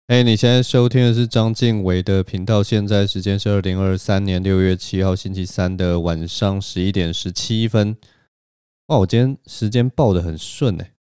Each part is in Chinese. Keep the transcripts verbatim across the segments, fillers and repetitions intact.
哎、你现在收听的是张敬伟的频道，现在时间是二零二三年六月七号星期三的晚上十一点十七分。哇，我今天时间报得很顺哎、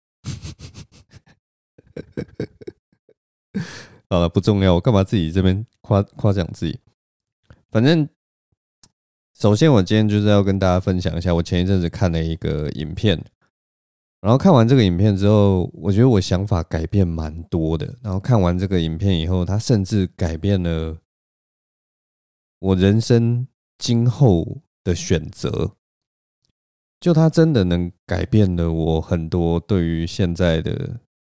好了，不重要，我干嘛自己这边夸夸奖自己？反正首先我今天就是要跟大家分享一下，我前一阵子看了一个影片，然后看完这个影片之后，我觉得我想法改变蛮多的。然后看完这个影片以后，它甚至改变了我人生今后的选择。就它真的能改变了我很多对于现在的，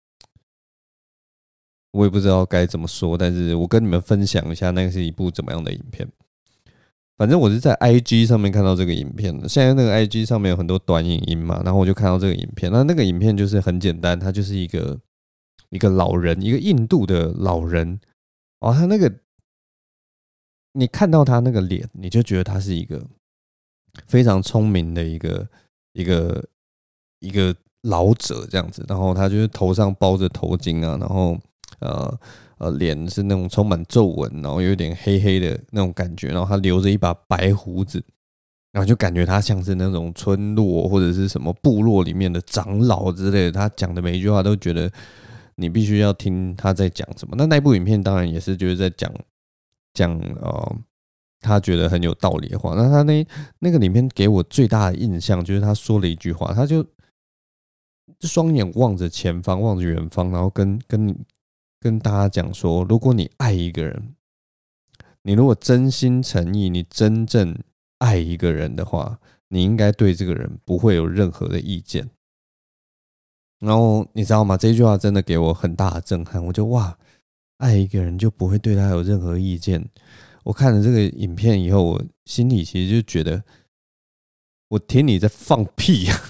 我也不知道该怎么说，但是我跟你们分享一下，那是一部怎么样的影片。反正我是在 I G 上面看到这个影片的。现在那个 I G 上面有很多短影音嘛，然后我就看到这个影片。那那个影片就是很简单，它就是一个一个老人，一个印度的老人。哦，他那个你看到他那个脸，你就觉得他是一个非常聪明的一个一个一个老者这样子。然后他就是头上包着头巾啊，然后呃。呃，脸是那种充满皱纹，然后有点黑黑的那种感觉，然后他留着一把白胡子，然后就感觉他像是那种村落或者是什么部落里面的长老之类的。他讲的每一句话都觉得你必须要听他在讲什么。那那部影片当然也是就是在讲讲呃他觉得很有道理的话。那他那那个里面给我最大的印象就是他说了一句话，他就双眼望着前方，望着远方，然后跟跟你。跟大家讲说，如果你爱一个人，你如果真心诚意，你真正爱一个人的话，你应该对这个人不会有任何的意见。然后你知道吗？这句话真的给我很大的震撼。我就哇，爱一个人就不会对他有任何意见。我看了这个影片以后，我心里其实就觉得，我听你在放屁啊！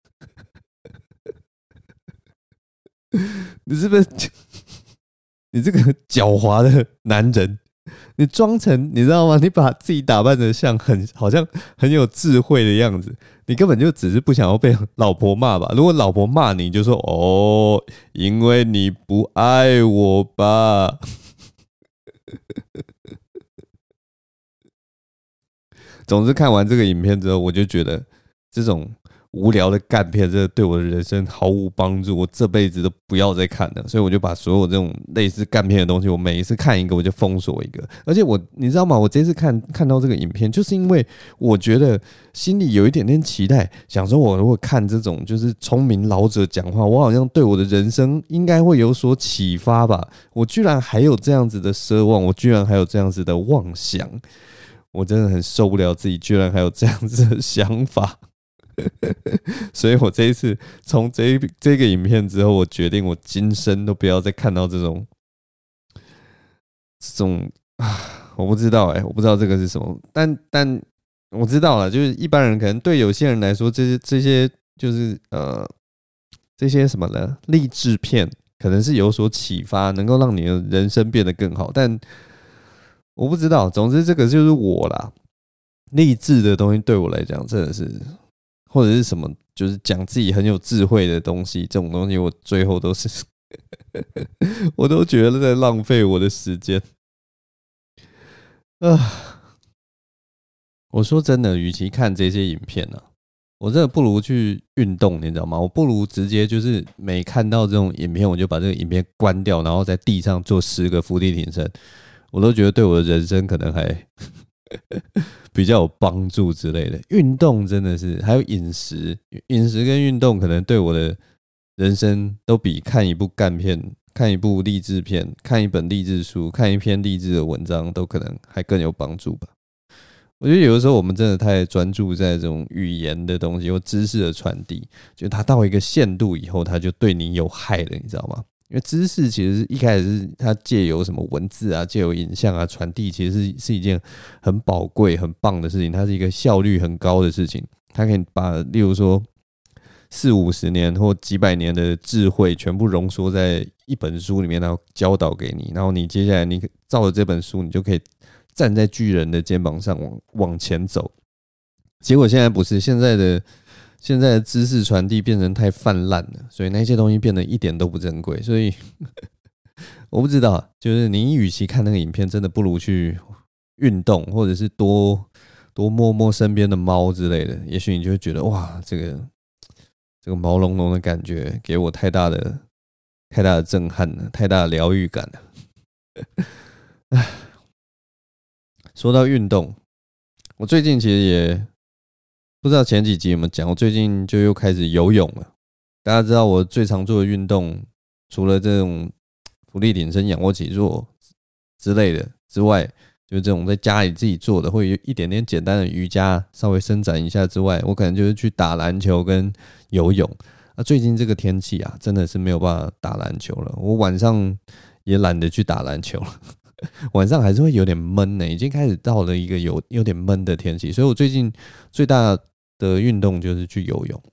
你是不是？你这个狡猾的男人，你装成你知道吗？你把自己打扮得像很好像很有智慧的样子，你根本就只是不想要被老婆骂吧？如果老婆骂你，你就说哦，因为你不爱我吧。总之看完这个影片之后，我就觉得这种无聊的干片，真的对我的人生毫无帮助，我这辈子都不要再看了。所以我就把所有这种类似干片的东西，我每一次看一个我就封锁一个。而且我，你知道吗？我这次看看到这个影片，就是因为我觉得心里有一点点期待，想说我如果看这种就是聪明老者讲话，我好像对我的人生应该会有所启发吧。我居然还有这样子的奢望，我居然还有这样子的妄想，我真的很受不了自己居然还有这样子的想法。所以我这一次从这这个影片之后，我决定我今生都不要再看到这种这种啊，我不知道哎、欸，我不知道这个是什么，但但我知道了，就是一般人可能对有些人来说，这些这些就是呃这些什么呢励志片，可能是有所启发，能够让你的人生变得更好，但我不知道，总之这个就是我啦，励志的东西对我来讲真的是。或者是什么，就是讲自己很有智慧的东西，这种东西我最后都是，我都觉得在浪费我的时间啊！我说真的，与其看这些影片呢、啊，我真的不如去运动，你知道吗？我不如直接就是每看到这种影片，我就把这个影片关掉，然后在地上做十个伏地挺身，我都觉得对我的人生可能还比较有帮助之类的。运动真的是，还有饮食，饮食跟运动可能对我的人生都比看一部干片、看一部励志片、看一本励志书、看一篇励志的文章都可能还更有帮助吧。我觉得有的时候我们真的太专注在这种语言的东西或知识的传递，就它到一个限度以后，它就对你有害了，你知道吗？因为知识其实一开始是它借由什么文字啊、借由影像啊传递，其实是是一件很宝贵、很棒的事情，它是一个效率很高的事情。它可以把，例如说四五十年或几百年的智慧全部浓缩在一本书里面，然后教导给你，然后你接下来你照着这本书，你就可以站在巨人的肩膀上往往前走。结果现在不是，现在的。现在的知识传递变成太泛滥了，所以那些东西变得一点都不珍贵。所以我不知道，就是你与其看那个影片，真的不如去运动，或者是多多摸摸身边的猫之类的，也许你就会觉得哇，这个这个毛茸茸的感觉给我太大的太大的震撼了，太大的疗愈感了。说到运动，我最近其实也不知道前几集有没有讲，我最近就又开始游泳了。大家知道我最常做的运动，除了这种伏地挺身、仰卧起坐之类的之外，就是这种在家里自己做的，会有一点点简单的瑜伽，稍微伸展一下之外，我可能就是去打篮球跟游泳。啊，最近这个天气啊，真的是没有办法打篮球了。我晚上也懒得去打篮球了。晚上还是会有点闷呢、欸，已经开始到了一个有有点闷的天气，所以我最近最大的运动就是去游泳。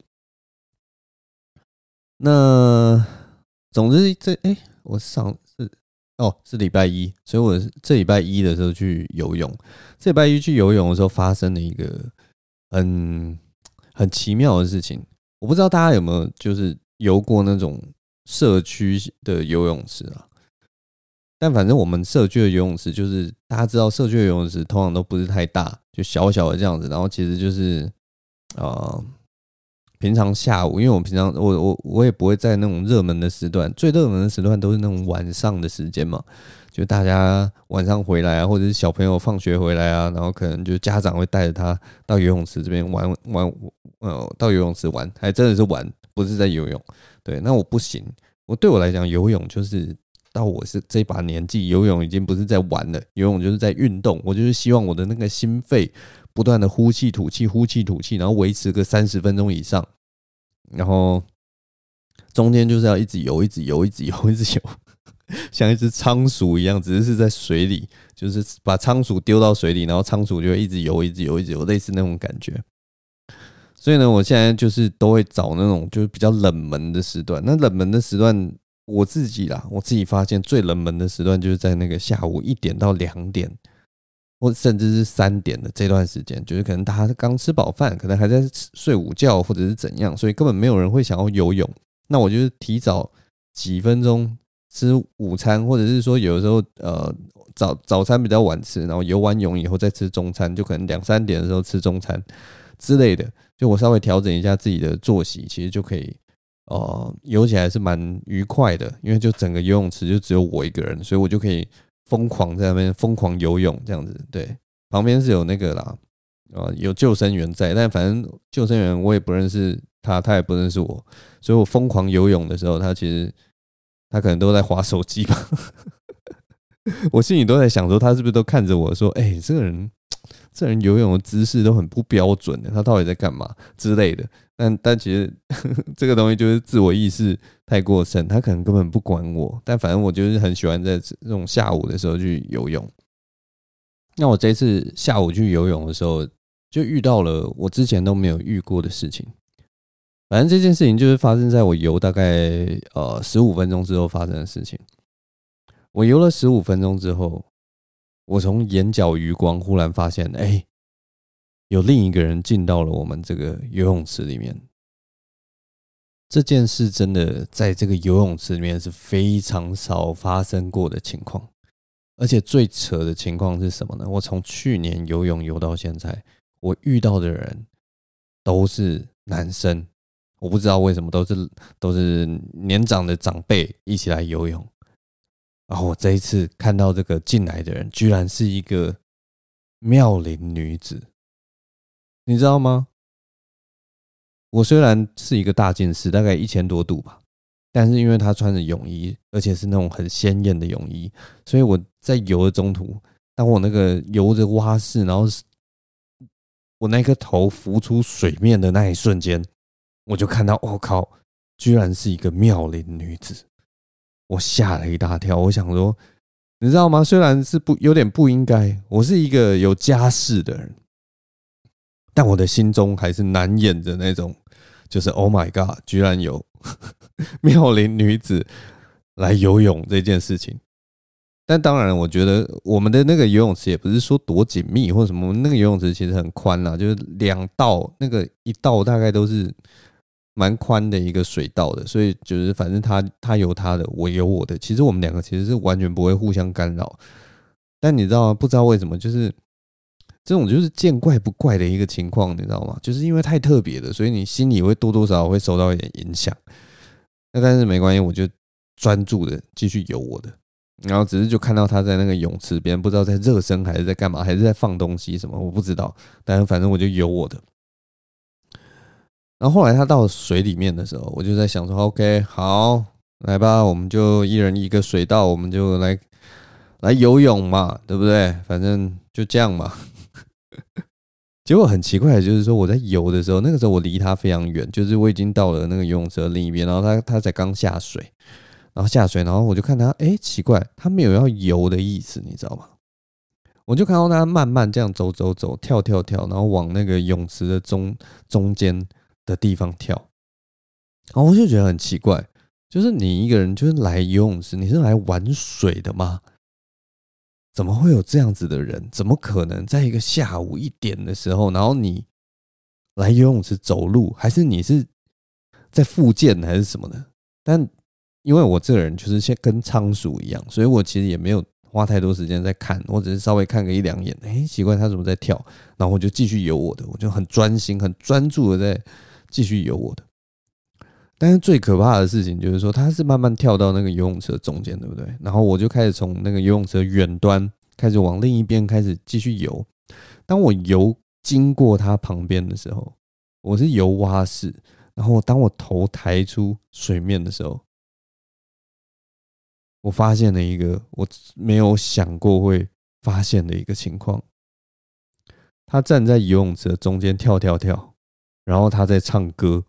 那总之这哎、欸，我上是哦是礼拜一，所以我这礼拜一的时候去游泳。这礼拜一去游泳的时候，发生了一个很很奇妙的事情。我不知道大家有没有就是游过那种社区的游泳池啊？但反正我们社区的游泳池，就是大家知道，社区的游泳池通常都不是太大，就小小的这样子。然后其实就是呃，平常下午，因为我平常我我我也不会在那种热门的时段，最热门的时段都是那种晚上的时间嘛，就大家晚上回来啊，或者是小朋友放学回来啊，然后可能就家长会带着他到游泳池这边玩玩，呃，到游泳池玩，还真的是玩，不是在游泳。对，那我不行，我对我来讲，游泳就是。到我是这把年纪，游泳已经不是在玩了，游泳就是在运动。我就是希望我的那个心肺不断的呼气吐气，呼气吐气，然后维持个三十分钟以上，然后中间就是要一直游，一直游，一直游，一直游，像一只仓鼠一样，只是是在水里，就是把仓鼠丢到水里，然后仓鼠就会一直游，一直游，一直游，类似那种感觉。所以呢，我现在就是都会找那种就是比较冷门的时段。那冷门的时段。我自己啦，我自己发现最冷门的时段就是在那个下午一点到两点，或甚至是三点的这段时间，就是可能大家刚吃饱饭，可能还在睡午觉或者是怎样，所以根本没有人会想要游泳。那我就是提早几分钟吃午餐，或者是说有的时候呃早早餐比较晚吃，然后游完泳以后再吃中餐，就可能两三点的时候吃中餐之类的，就我稍微调整一下自己的作息，其实就可以。呃，游起来是蛮愉快的，因为就整个游泳池就只有我一个人，所以我就可以疯狂在那边疯狂游泳这样子。对，旁边是有那个啦，呃，有救生员在，但反正救生员我也不认识他，他也不认识我，所以我疯狂游泳的时候，他其实他可能都在滑手机吧。我心里都在想说，他是不是都看着我说，哎、欸，这个人。这人游泳的姿势都很不标准的，他到底在干嘛之类的？但但其实呵呵这个东西就是自我意识太过剩，他可能根本不管我。但反正我就是很喜欢在这种下午的时候去游泳。那我这次下午去游泳的时候，就遇到了我之前都没有遇过的事情。反正这件事情就是发生在我游大概呃十五分钟之后发生的事情。我游了十五分钟之后。我从眼角余光忽然发现，哎、欸，有另一个人进到了我们这个游泳池里面。这件事真的在这个游泳池里面是非常少发生过的情况，而且最扯的情况是什么呢？我从去年游泳游到现在，我遇到的人都是男生，我不知道为什么都是都是年长的长辈一起来游泳。然后我这一次看到这个进来的人，居然是一个妙龄女子，你知道吗？我虽然是一个大近视，大概一千多度吧，但是因为她穿着泳衣，而且是那种很鲜艳的泳衣，所以我在游的中途，当我那个游着蛙式，然后我那个头浮出水面的那一瞬间，我就看到，我、哦、靠，居然是一个妙龄女子。我吓了一大跳，我想说，你知道吗？虽然是不有点不应该，我是一个有家室的人，但我的心中还是难掩着那种，就是 Oh my God， 居然有妙龄女子来游泳这件事情。但当然，我觉得我们的那个游泳池也不是说多紧密或什么，那个游泳池其实很宽啦，就是两道，那个一道大概都是蛮宽的一个水道的，所以就是反正他他游他的，我游我的。其实我们两个其实是完全不会互相干扰。但你知道吗？不知道为什么，就是这种就是见怪不怪的一个情况，你知道吗？就是因为太特别了，所以你心里会多多少少会受到一点影响。那但是没关系，我就专注的继续游我的。然后只是就看到他在那个泳池边，不知道在热身还是在干嘛，还是在放东西什么，我不知道。但是反正我就游我的。然后后来他到水里面的时候，我就在想说 ，OK， 好，来吧，我们就一人一个水道，我们就来来游泳嘛，对不对？反正就这样嘛。结果很奇怪的就是说，我在游的时候，那个时候我离他非常远，就是我已经到了那个游泳池的另一边，然后他他才刚下水。然后下水，然后我就看他，哎，奇怪，他没有要游的意思，你知道吗？我就看到他慢慢这样走走走，跳跳跳，然后往那个泳池的中中间的地方跳。然后我就觉得很奇怪，就是你一个人就是来游泳池，你是来玩水的吗？怎么会有这样子的人？怎么可能在一个下午一点的时候，然后你来游泳池走路，还是你是在复健还是什么的？但因为我这个人就是像跟仓鼠一样，所以我其实也没有花太多时间在看，我只是稍微看个一两眼，哎，奇怪他怎么在跳，然后我就继续游我的，我就很专心、很专注的在继续游我的。但是最可怕的事情就是说，他是慢慢跳到那个游泳池的中间，对不对？然后我就开始从那个游泳池的远端开始往另一边开始继续游。当我游经过他旁边的时候，我是游蛙式，然后当我头抬出水面的时候，我发现了一个我没有想过会发现的一个情况。他站在游泳池的中间跳跳跳，然后他在唱歌。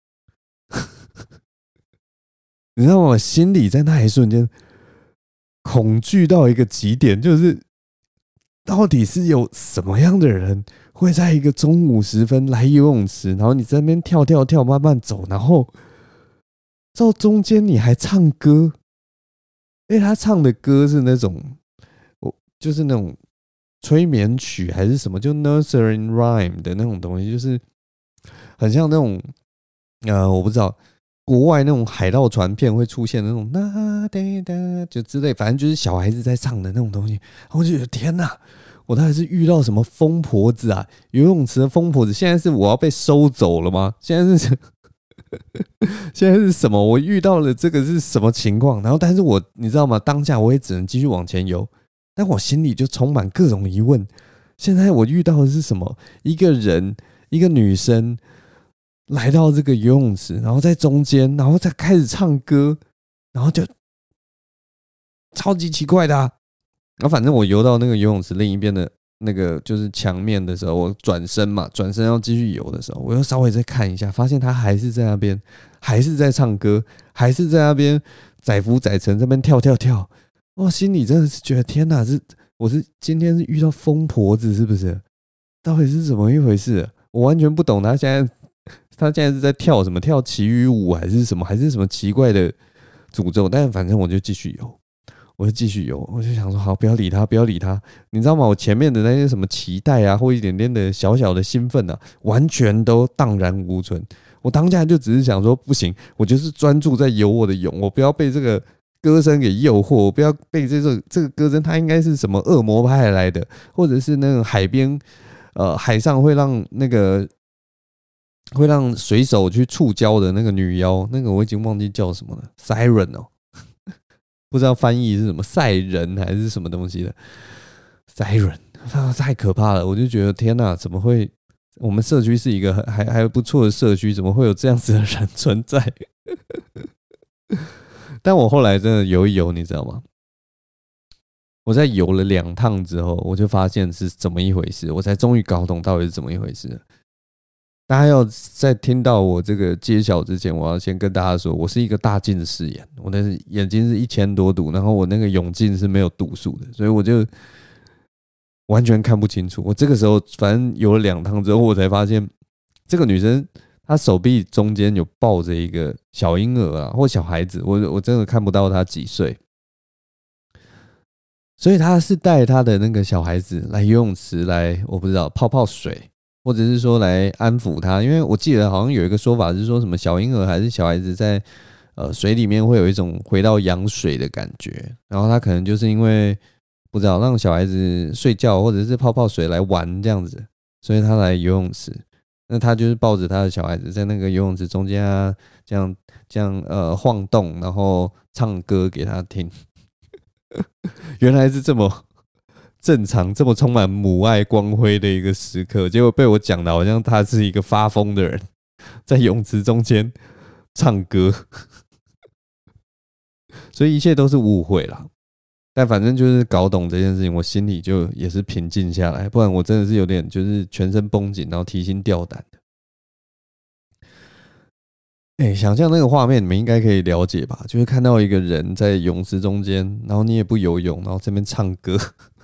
你知道吗？我心里在那一瞬间恐惧到一个极点，就是到底是有什么样的人会在一个中午时分来游泳池，然后你在那边跳跳跳，慢慢走，然后到中间你还唱歌。因为他唱的歌是那种，我就是那种催眠曲还是什么，就 nursery rhyme 的那种东西，就是很像那种，呃，我不知道国外那种海盗船片会出现的那种那哒哒就之类，反正就是小孩子在唱的那种东西。然后我就觉得天哪，我到底是遇到什么疯婆子啊？游泳池的疯婆子，现在是我要被收走了吗？现在是。现在是什么？我遇到了这个是什么情况？然后，但是我你知道吗？当下我也只能继续往前游，但我心里就充满各种疑问。现在我遇到的是什么？一个人，一个女生来到这个游泳池，然后在中间，然后再开始唱歌，然后就超级奇怪的啊！然后反正我游到那个游泳池另一边的那个就是墙面的时候，我转身嘛，转身要继续游的时候，我又稍微再看一下，发现他还是在那边，还是在唱歌，还是在那边载浮载沉，这边跳跳跳。哇，心里真的是觉得天哪，是我是今天是遇到疯婆子是不是？到底是怎么一回事？我完全不懂他现在他现在是在跳什么？跳奇遇舞还是什么？还是什么奇怪的诅咒？但反正我就继续游。我就继续游，我就想说好，不要理他，不要理他。你知道吗？我前面的那些什么期待啊，或一点点的小小的兴奋啊，完全都荡然无存。我当下就只是想说，不行，我就是专注在游我的泳，我不要被这个歌声给诱惑，我不要被这个这个歌声，它应该是什么恶魔派来的，或者是那种海边呃海上会让那个会让水手去触礁的那个女妖，那个我已经忘记叫什么了 ，Siren 哦。不知道翻译是什么赛人还是什么东西的 Siren， 太可怕了！我就觉得天哪，怎么会？我们社区是一个还还不错的社区，怎么会有这样子的人存在？但我后来真的游一游，你知道吗？我在游了两趟之后，我就发现是怎么一回事，我才终于搞懂到底是怎么一回事。大家要在听到我这个揭晓之前，我要先跟大家说，我是一个大近视眼，我的眼睛是一千多度，然后我那个泳镜是没有度数的，所以我就完全看不清楚。我这个时候反正游了两趟之后，我才发现这个女生她手臂中间有抱着一个小婴儿啊，或小孩子，我我真的看不到她几岁，所以她是带她的那个小孩子来游泳池来，我不知道泡泡水。 或者是说来安抚他，因为我记得好像有一个说法是说什么小婴儿还是小孩子在呃水里面会有一种回到羊水的感觉，然后他可能就是因为不知道让小孩子睡觉或者是泡泡水来玩这样子，所以他来游泳池，那他就是抱着他的小孩子在那个游泳池中间啊，这样这样呃晃动，然后唱歌给他听。原来是这么正常，这么充满母爱光辉的一个时刻，结果被我讲的好像他是一个发疯的人，在泳池中间唱歌，所以一切都是误会啦。但反正就是搞懂这件事情，我心里就也是平静下来，不然我真的是有点就是全身绷紧，然后提心吊胆的。哎、欸，想象那个画面，你们应该可以了解吧？就是看到一个人在泳池中间，然后你也不游泳，然后这边唱歌。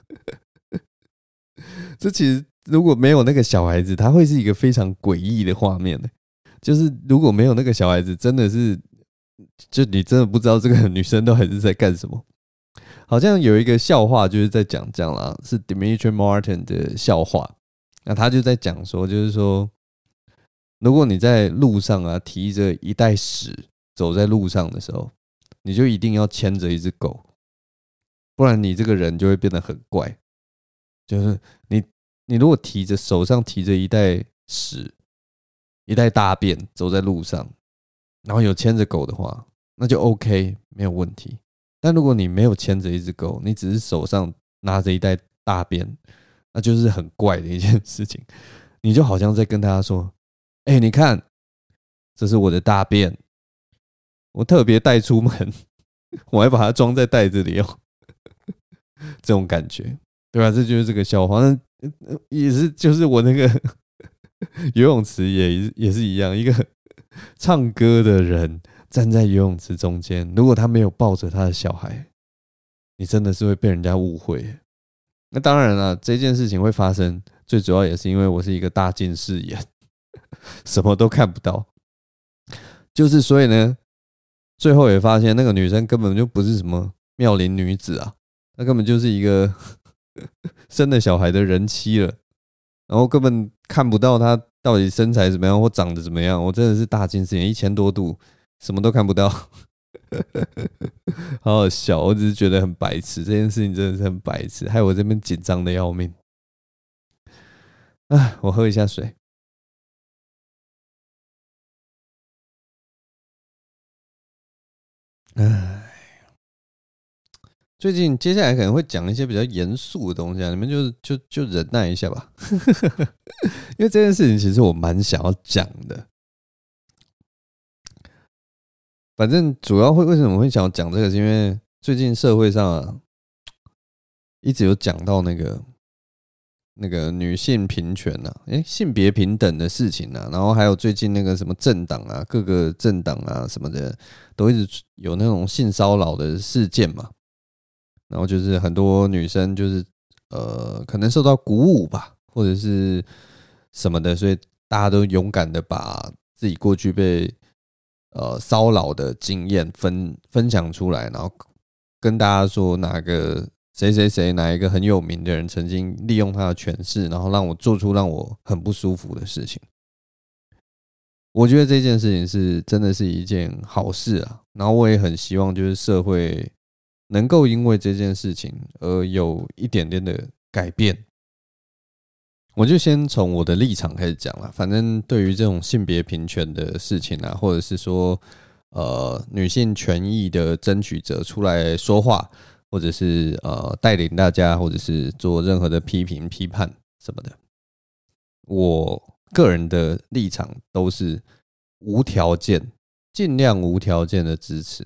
这其实如果没有那个小孩子，他会是一个非常诡异的画面。就是如果没有那个小孩子，真的是，就你真的不知道这个女生到底是在干什么。好像有一个笑话就是在讲这样啦，是 Dimitri Martin 的笑话。那他就在讲说，就是说，如果你在路上啊提着一袋屎走在路上的时候，你就一定要牵着一只狗，不然你这个人就会变得很怪。就是你，你如果提着手上提着一袋屎、一袋大便走在路上，然后有牵着狗的话，那就 OK， 没有问题。但如果你没有牵着一只狗，你只是手上拿着一袋大便，那就是很怪的一件事情。你就好像在跟大家说：“哎、欸，你看，这是我的大便，我特别带出门，我还把它装在袋子里哦。”这种感觉。对吧？这就是这个笑话，那也是就是我那个游泳池也也是一样，一个唱歌的人站在游泳池中间，如果他没有抱着他的小孩，你真的是会被人家误会。那当然了，这件事情会发生，最主要也是因为我是一个大近视眼，什么都看不到。就是所以呢，最后也发现那个女生根本就不是什么妙龄女子啊，她根本就是一个生了小孩的人妻了，然后根本看不到她到底身材怎么样或长得怎么样。我真的是大近视眼，一千多度，什么都看不到，好好笑。我只是觉得很白痴，这件事情真的是很白痴，害我这边紧张的要命。啊，我喝一下水。唉。最近接下来可能会讲一些比较严肃的东西啊，你们就就就忍耐一下吧，因为这件事情其实我蛮想要讲的。反正主要会为什么会想要讲这个，是因为最近社会上啊，一直有讲到那个那个女性平权啊，诶，性别平等的事情啊，然后还有最近那个什么政党啊，各个政党啊什么的，都一直有那种性骚扰的事件嘛。然后就是很多女生就是呃，可能受到鼓舞吧，或者是什么的，所以大家都勇敢的把自己过去被呃骚扰的经验分分享出来，然后跟大家说哪个谁谁谁哪一个很有名的人曾经利用他的权势，然后让我做出让我很不舒服的事情。我觉得这件事情是真的是一件好事啊，然后我也很希望就是社会能够因为这件事情而有一点点的改变。我就先从我的立场开始讲了，反正对于这种性别平权的事情啊，或者是说呃女性权益的争取者出来说话，或者是呃带领大家，或者是做任何的批评批判什么的，我个人的立场都是无条件，尽量无条件的支持。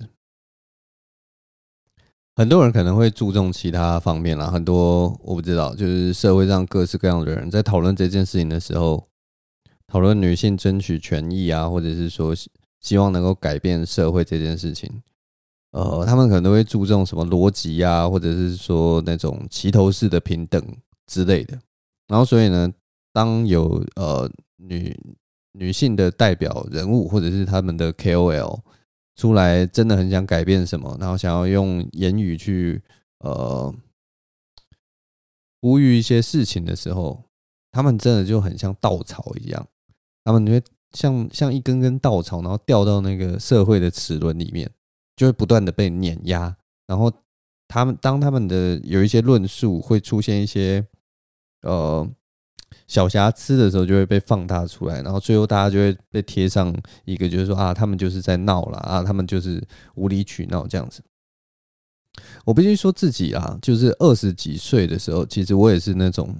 很多人可能会注重其他方面啦，很多我不知道，就是社会上各式各样的人在讨论这件事情的时候，讨论女性争取权益啊，或者是说希望能够改变社会这件事情，呃，他们可能都会注重什么逻辑啊，或者是说那种齐头式的平等之类的。然后所以呢，当有呃女女性的代表人物或者是他们的 K O L 出来真的很想改变什么，然后想要用言语去呃呼吁一些事情的时候， 他们真的就很像稻草一样，他们就会像像一根根稻草，然后掉到那个社会的齿轮里面，就会不断的被碾压，然后他们当他们的有一些论述会出现一些呃小瑕疵的时候，就会被放大出来，然后最后大家就会被贴上一个就是说啊，他们就是在闹啦，啊，他们就是无理取闹这样子。我必须说自己啊，就是二十几岁的时候，其实我也是那种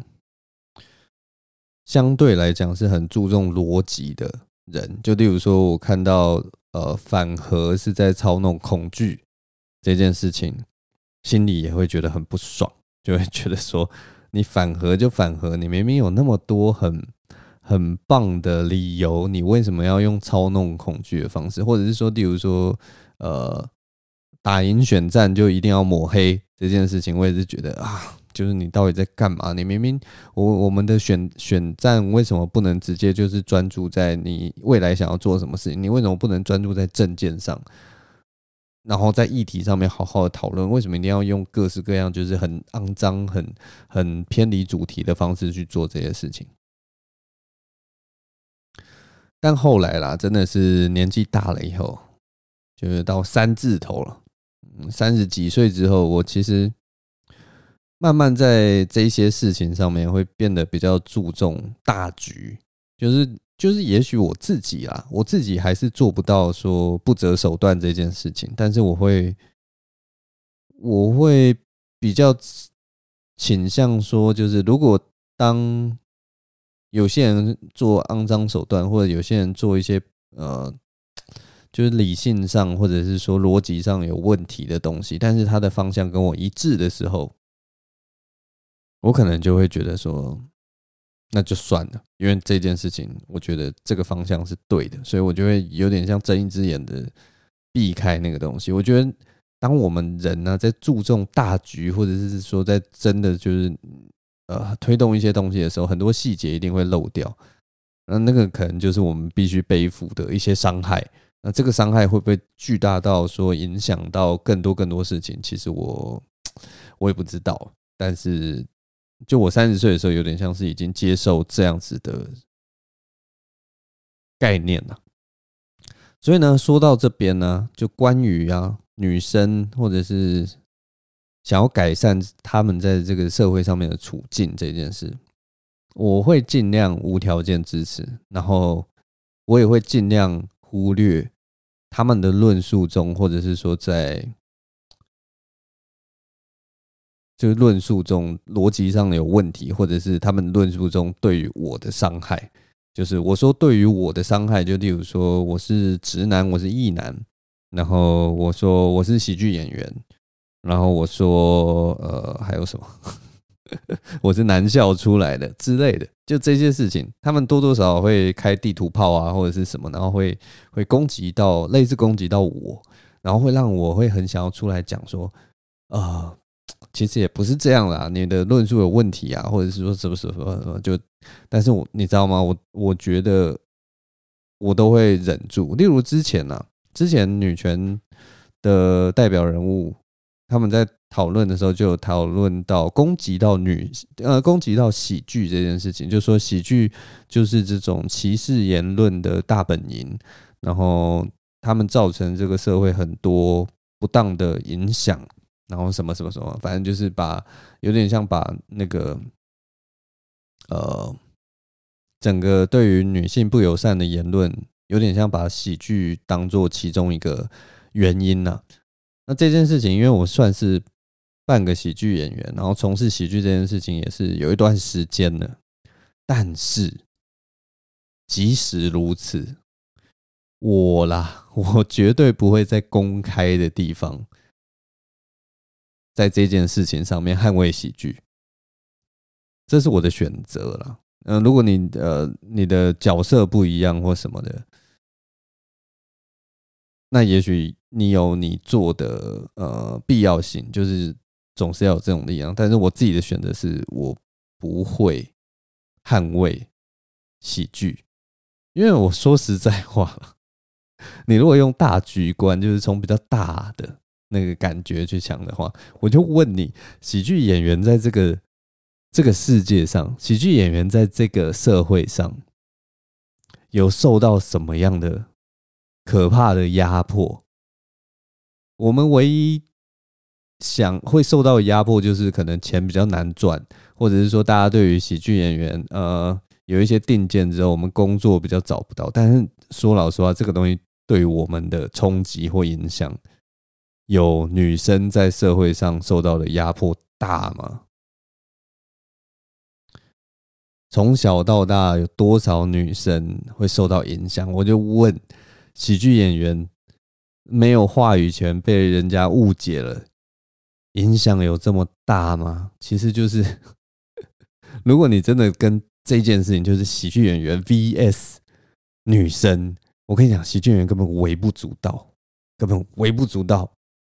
相对来讲是很注重逻辑的人。就例如说，我看到呃反核是在操弄恐惧这件事情，心里也会觉得很不爽，就会觉得说，你反核就反核，你明明有那么多很很棒的理由，你为什么要用操弄恐惧的方式？或者是说，例如说，呃。打赢选战就一定要抹黑这件事情，我也是觉得啊，就是你到底在干嘛？你明明我我们的选选战为什么不能直接就是专注在你未来想要做什么事情？你为什么不能专注在政见上，然后在议题上面好好的讨论？为什么一定要用各式各样就是很肮脏、很很偏离主题的方式去做这些事情？但后来啦，真的是年纪大了以后，就是到三字头了。三十几岁之后，我其实慢慢在这些事情上面会变得比较注重大局，就是就是也许我自己啦，我自己还是做不到说不择手段这件事情，但是我会我会比较倾向说，就是如果当有些人做肮脏手段，或者有些人做一些呃。就是理性上或者是说逻辑上有问题的东西，但是他的方向跟我一致的时候，我可能就会觉得说，那就算了，因为这件事情我觉得这个方向是对的，所以我就会有点像睁一只眼的避开那个东西。我觉得当我们人呢、啊、在注重大局，或者是说在真的就是呃推动一些东西的时候，很多细节一定会漏掉，那那个可能就是我们必须背负的一些伤害。那这个伤害会不会巨大到说影响到更多更多事情？其实我我也不知道，但是就我三十岁的时候，有点像是已经接受这样子的概念了。所以呢，说到这边呢，就关于啊女生或者是想要改善他们在这个社会上面的处境这件事，我会尽量无条件支持，然后我也会尽量忽略他们的论述中，或者是说在就是论述中逻辑上有问题，或者是他们论述中对于我的伤害。就是我说对于我的伤害，就例如说我是直男，我是异男，然后我说我是喜剧演员，然后我说呃还有什么？我是男校出来的之类的，就这些事情，他们多多少少会开地图炮啊，或者是什么，然后会会攻击到类似攻击到我，然后会让我会很想要出来讲说，呃，其实也不是这样啦，你的论述有问题啊，或者是说什么什么什么，就，但是我你知道吗？我我觉得我都会忍住。例如之前啊，之前女权的代表人物他们在讨论的时候，就有讨论到攻击到女呃攻击到喜剧这件事情，就说喜剧就是这种歧视言论的大本营，然后他们造成这个社会很多不当的影响，然后什么什么什么，反正就是把有点像把那个呃整个对于女性不友善的言论，有点像把喜剧当做其中一个原因呐、啊。那这件事情，因为我算是半个喜剧演员，然后从事喜剧这件事情也是有一段时间了。但是，即使如此，我啦，我绝对不会在公开的地方，在这件事情上面捍卫喜剧，这是我的选择啦。嗯、呃，如果你呃你的角色不一样或什么的，那也许你有你做的呃必要性，就是总是要有这种力量。但是我自己的选择是我不会捍卫喜剧，因为我说实在话，你如果用大局观，就是从比较大的那个感觉去讲的话，我就问你，喜剧演员在这个这个世界上，喜剧演员在这个社会上有受到什么样的可怕的压迫？我们唯一想会受到的压迫，就是可能钱比较难赚，或者是说大家对于喜剧演员呃有一些定见之后，我们工作比较找不到。但是说老实话，这个东西对于我们的冲击或影响，有女生在社会上受到的压迫大吗？从小到大有多少女生会受到影响？我就问，喜剧演员没有话语权，被人家误解了，影响有这么大吗？其实就是如果你真的跟这件事情，就是喜剧演员 V S 女生，我跟你讲，喜剧演员根本微不足道，根本微不足道。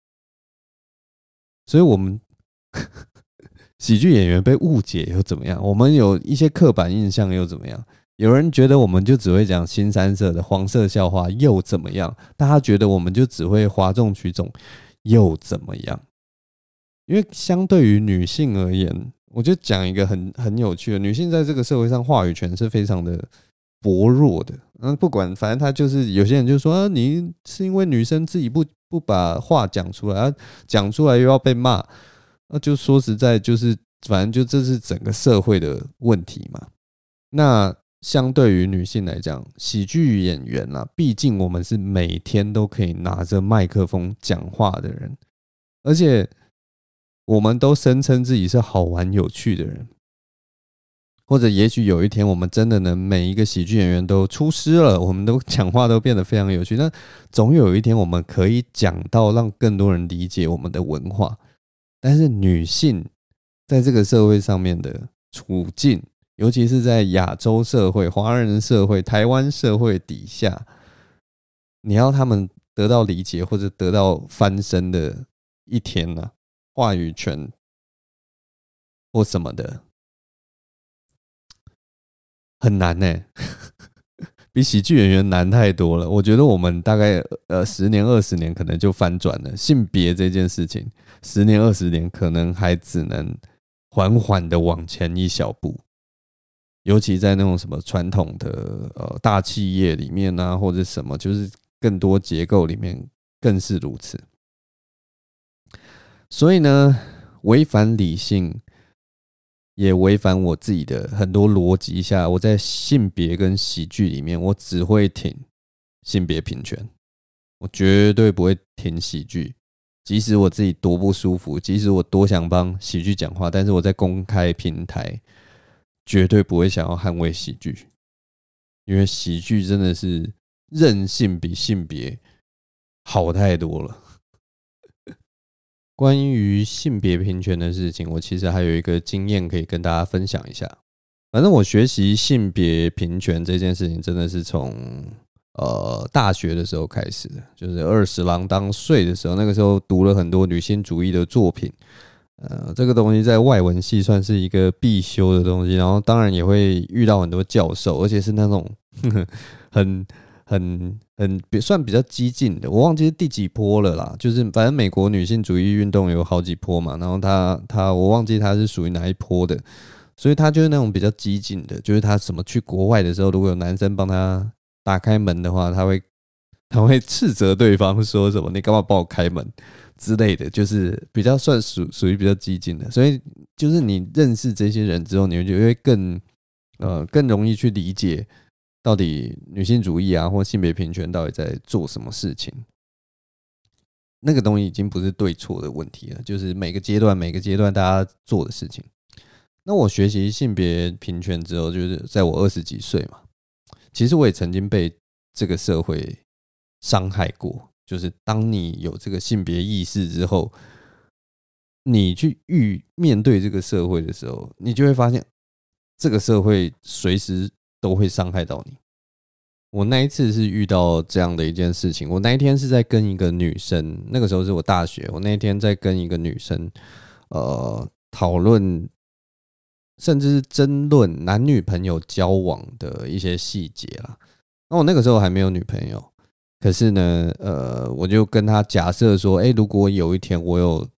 所以我们喜剧演员被误解又怎么样？我们有一些刻板印象又怎么样？有人觉得我们就只会讲新三色的黄色笑话又怎么样？大家觉得我们就只会哗众取宠又怎么样？因为相对于女性而言，我就讲一个很很有趣的，女性在这个社会上话语权是非常的薄弱的。嗯，不管，反正他就是有些人就说啊，你是因为女生自己不不把话讲出来，啊，讲出来又要被骂。那就说实在，就是反正就这是整个社会的问题嘛。那相对于女性来讲，喜剧演员啊，毕竟我们是每天都可以拿着麦克风讲话的人，而且我们都声称自己是好玩有趣的人，或者也许有一天我们真的能每一个喜剧演员都出师了，我们都讲话都变得非常有趣，那总有一天我们可以讲到让更多人理解我们的文化。但是女性在这个社会上面的处境，尤其是在亚洲社会、华人社会、台湾社会底下，你要他们得到理解或者得到翻身的一天呢、啊，话语权或什么的很难呢、欸，比喜剧演员难太多了。我觉得我们大概呃十年、二十年可能就翻转了性别这件事情。十年、二十年可能还只能缓缓的往前一小步，尤其在那种什么传统的呃大企业里面啊，或者什么，就是更多结构里面更是如此。所以呢，违反理性，也违反我自己的很多逻辑下，我在性别跟喜剧里面，我只会挺性别平权，我绝对不会挺喜剧。即使我自己多不舒服，即使我多想帮喜剧讲话，但是我在公开平台绝对不会想要捍卫喜剧，因为喜剧真的是韧性比性别好太多了。关于性别平权的事情，我其实还有一个经验可以跟大家分享一下。反正我学习性别平权这件事情，真的是从呃大学的时候开始的，就是二十郎当岁的时候，那个时候读了很多女性主义的作品。呃，这个东西在外文系算是一个必修的东西，然后当然也会遇到很多教授，而且是那种呵呵很。很很算比较激进的，我忘记是第几波了啦。就是反正美国女性主义运动有好几波嘛，然后他他我忘记他是属于哪一波的，所以他就是那种比较激进的，就是他什么去国外的时候，如果有男生帮他打开门的话，他会他会斥责对方说什么你干嘛帮我开门之类的，就是比较算属属于比较激进的。所以就是你认识这些人之后，你就会更呃更容易去理解。到底女性主义啊，或性别平权到底在做什么事情？那个东西已经不是对错的问题了，就是每个阶段每个阶段大家做的事情。那我学习性别平权之后，就是在我二十几岁嘛，其实我也曾经被这个社会伤害过。就是当你有这个性别意识之后，你去遇面对这个社会的时候，你就会发现这个社会随时都会伤害到你。我那一次是遇到这样的一件事情，我那一天是在跟一个女生，那个时候是我大学，我那一天在跟一个女生，呃，讨论，甚至是争论男女朋友交往的一些细节啦。那我那个时候还没有女朋友，可是呢，呃，我就跟她假设说，哎、欸，如果有一天我有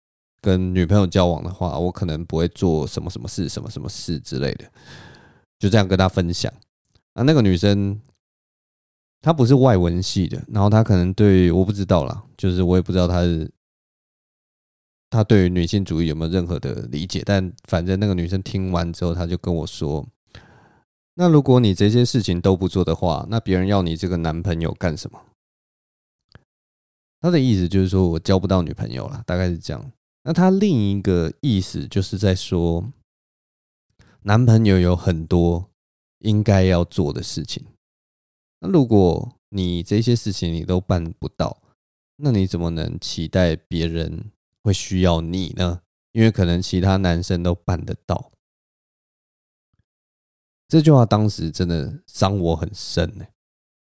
跟女朋友交往的话，我可能不会做什么什么事、什么什么事之类的，就这样跟她分享。啊，那个女生她不是外文系的，然后她可能对我不知道啦，就是我也不知道她是她对于女性主义有没有任何的理解，但反正那个女生听完之后，她就跟我说。那如果你这些事情都不做的话，那别人要你这个男朋友干什么？他的意思就是说我交不到女朋友了，大概是这样。那他另一个意思就是在说，男朋友有很多应该要做的事情。那如果你这些事情你都办不到，那你怎么能期待别人会需要你呢？因为可能其他男生都办得到。这句话当时真的伤我很深欸，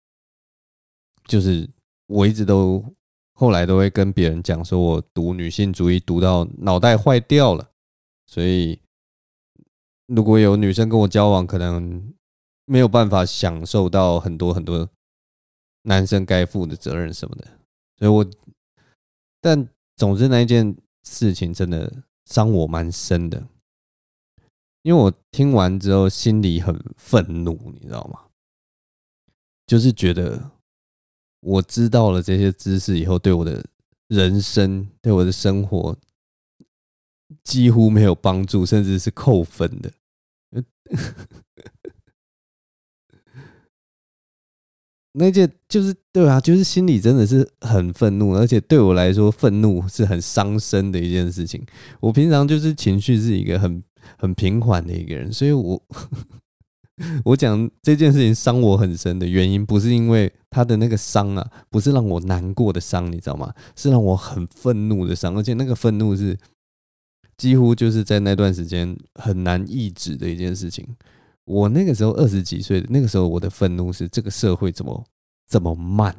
就是我一直都后来都会跟别人讲说，我读女性主义读到脑袋坏掉了，所以如果有女生跟我交往，可能没有办法享受到很多很多男生该负的责任什么的，所以我但总之那一件事情真的伤我蛮深的。因为我听完之后心里很愤怒，你知道吗？就是觉得我知道了这些知识以后，对我的人生、对我的生活几乎没有帮助，甚至是扣分的。那件就是对啊，就是心里真的是很愤怒，而且对我来说，愤怒是很伤身的一件事情。我平常就是情绪是一个很很平缓的一个人，所以我我讲这件事情伤我很深的原因，不是因为他的那个伤啊，不是让我难过的伤，你知道吗？是让我很愤怒的伤，而且那个愤怒是几乎就是在那段时间很难抑制的一件事情。我那个时候二十几岁，那个时候我的愤怒是这个社会怎么这么慢，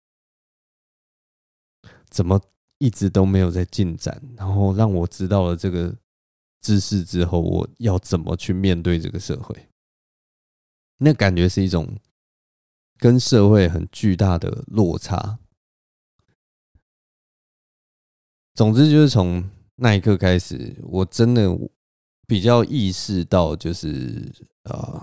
怎么一直都没有在进展，然后让我知道了这个知识之后，我要怎么去面对这个社会。那感觉是一种跟社会很巨大的落差。总之就是从那一刻开始，我真的比较意识到，就是呃，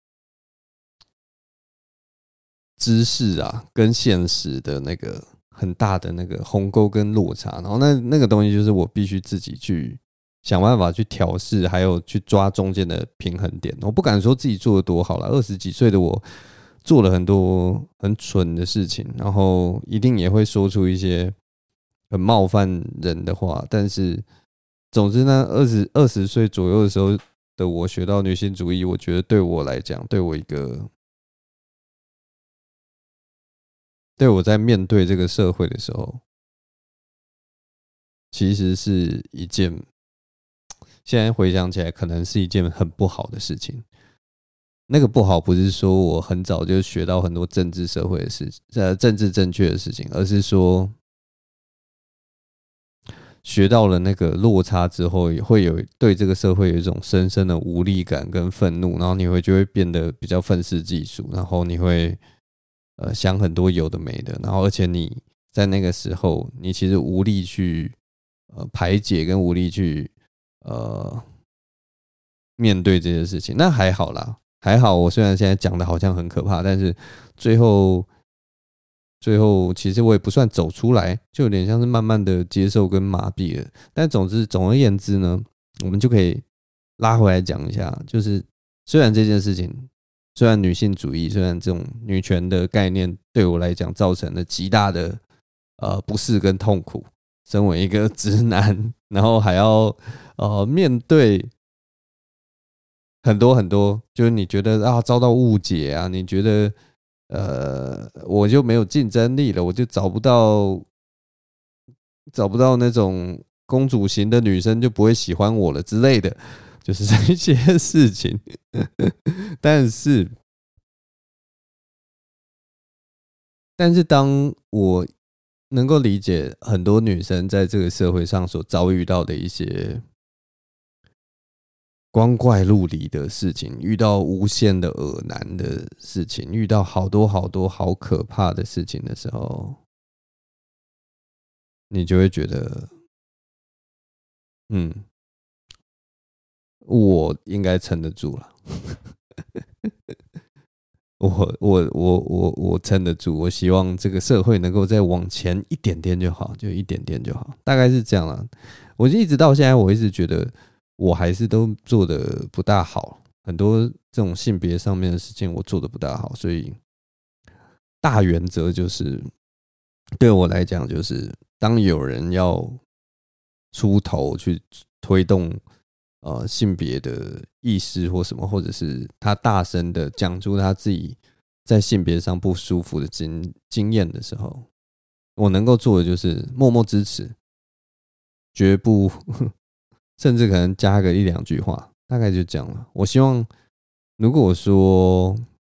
知识啊跟现实的那个很大的那个鸿沟跟落差，然后那那个东西就是我必须自己去想办法去调试，还有去抓中间的平衡点。我不敢说自己做的多好了，二十几岁的我做了很多很蠢的事情，然后一定也会说出一些很冒犯人的话，但是总之呢，二十二十岁左右的时候的我学到女性主义，我觉得对我来讲，对我一个对我在面对这个社会的时候，其实是一件现在回想起来，可能是一件很不好的事情。那个不好不是说我很早就学到很多政治社会的事情，呃，政治正确的事情，而是说学到了那个落差之后，也会有对这个社会有一种深深的无力感跟愤怒，然后你会就会变得比较愤世嫉俗，然后你会呃想很多有的没的，然后而且你在那个时候，你其实无力去呃排解跟无力去呃面对这些事情。那还好啦，还好我虽然现在讲的好像很可怕，但是最后最后其实我也不算走出来，就有点像是慢慢的接受跟麻痹了。但总之总而言之呢，我们就可以拉回来讲一下，就是虽然这件事情，虽然女性主义，虽然这种女权的概念对我来讲造成了极大的呃不适跟痛苦，身为一个直男，然后还要呃面对很多很多，就是你觉得啊遭到误解啊，你觉得呃我就没有竞争力了，我就找不到找不到那种公主型的女生就不会喜欢我了之类的，就是这一些事情。但是但是当我能够理解很多女生在这个社会上所遭遇到的一些光怪陆离的事情，遇到无限的恶难的事情，遇到好多好多好可怕的事情的时候，你就会觉得嗯，我应该撑得住了。我我我我我撑得住，我希望这个社会能够再往前一点点就好，就一点点就好，大概是这样啦。我就一直到现在，我一直觉得我还是都做的不大好，很多这种性别上面的事情我做的不大好，所以大原则就是对我来讲，就是当有人要出头去推动呃性别的意识或什么，或者是他大声的讲出他自己在性别上不舒服的经经验的时候，我能够做的就是默默支持，绝不甚至可能加个一两句话，大概就这样了。我希望如果我说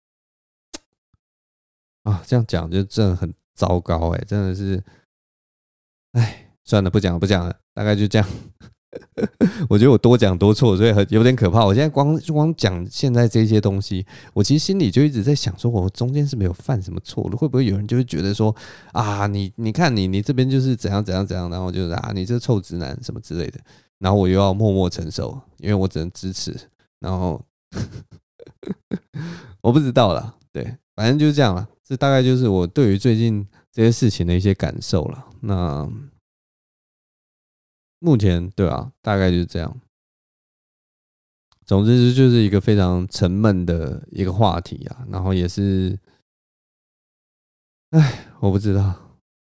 啊这样讲就真的很糟糕哎、欸，真的是哎算了不讲了不讲了，大概就这样。我觉得我多讲多错，所以很有点可怕。我现在光光讲现在这些东西，我其实心里就一直在想，说我中间是没有犯什么错，会不会有人就会觉得说啊，你你看你你这边就是怎样怎样怎样，然后就是啊你这臭直男什么之类的，然后我又要默默承受，因为我只能支持，然后我不知道啦，对，反正就是这样啦。这大概就是我对于最近这些事情的一些感受啦。那目前对啊，大概就是这样。总之就是一个非常沉闷的一个话题啊，然后也是，唉，我不知道，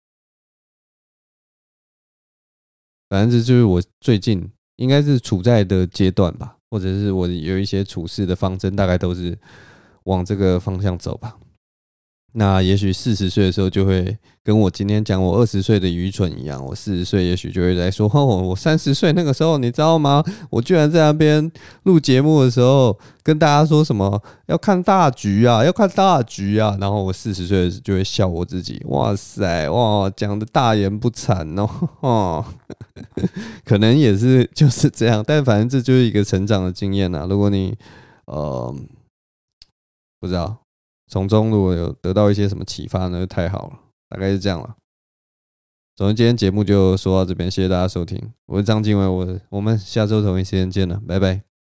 反正这就是我最近应该是处在的阶段吧，或者是我有一些处事的方针，大概都是往这个方向走吧。那也许四十岁的时候就会跟我今天讲我二十岁的愚蠢一样，我四十岁也许就会来说，哦，我三十岁那个时候你知道吗？我居然在那边录节目的时候跟大家说什么要看大局啊，要看大局啊，然后我四十岁就会笑我自己，哇塞，哇，讲的大言不惭哦，哦可能也是就是这样，但反正这就是一个成长的经验啊。如果你呃不知道。从中如果有得到一些什么启发呢，就太好了，大概是这样了。总之，今天节目就说到这边，谢谢大家收听，我是张经纬，我我们下周同一时间见了，拜拜。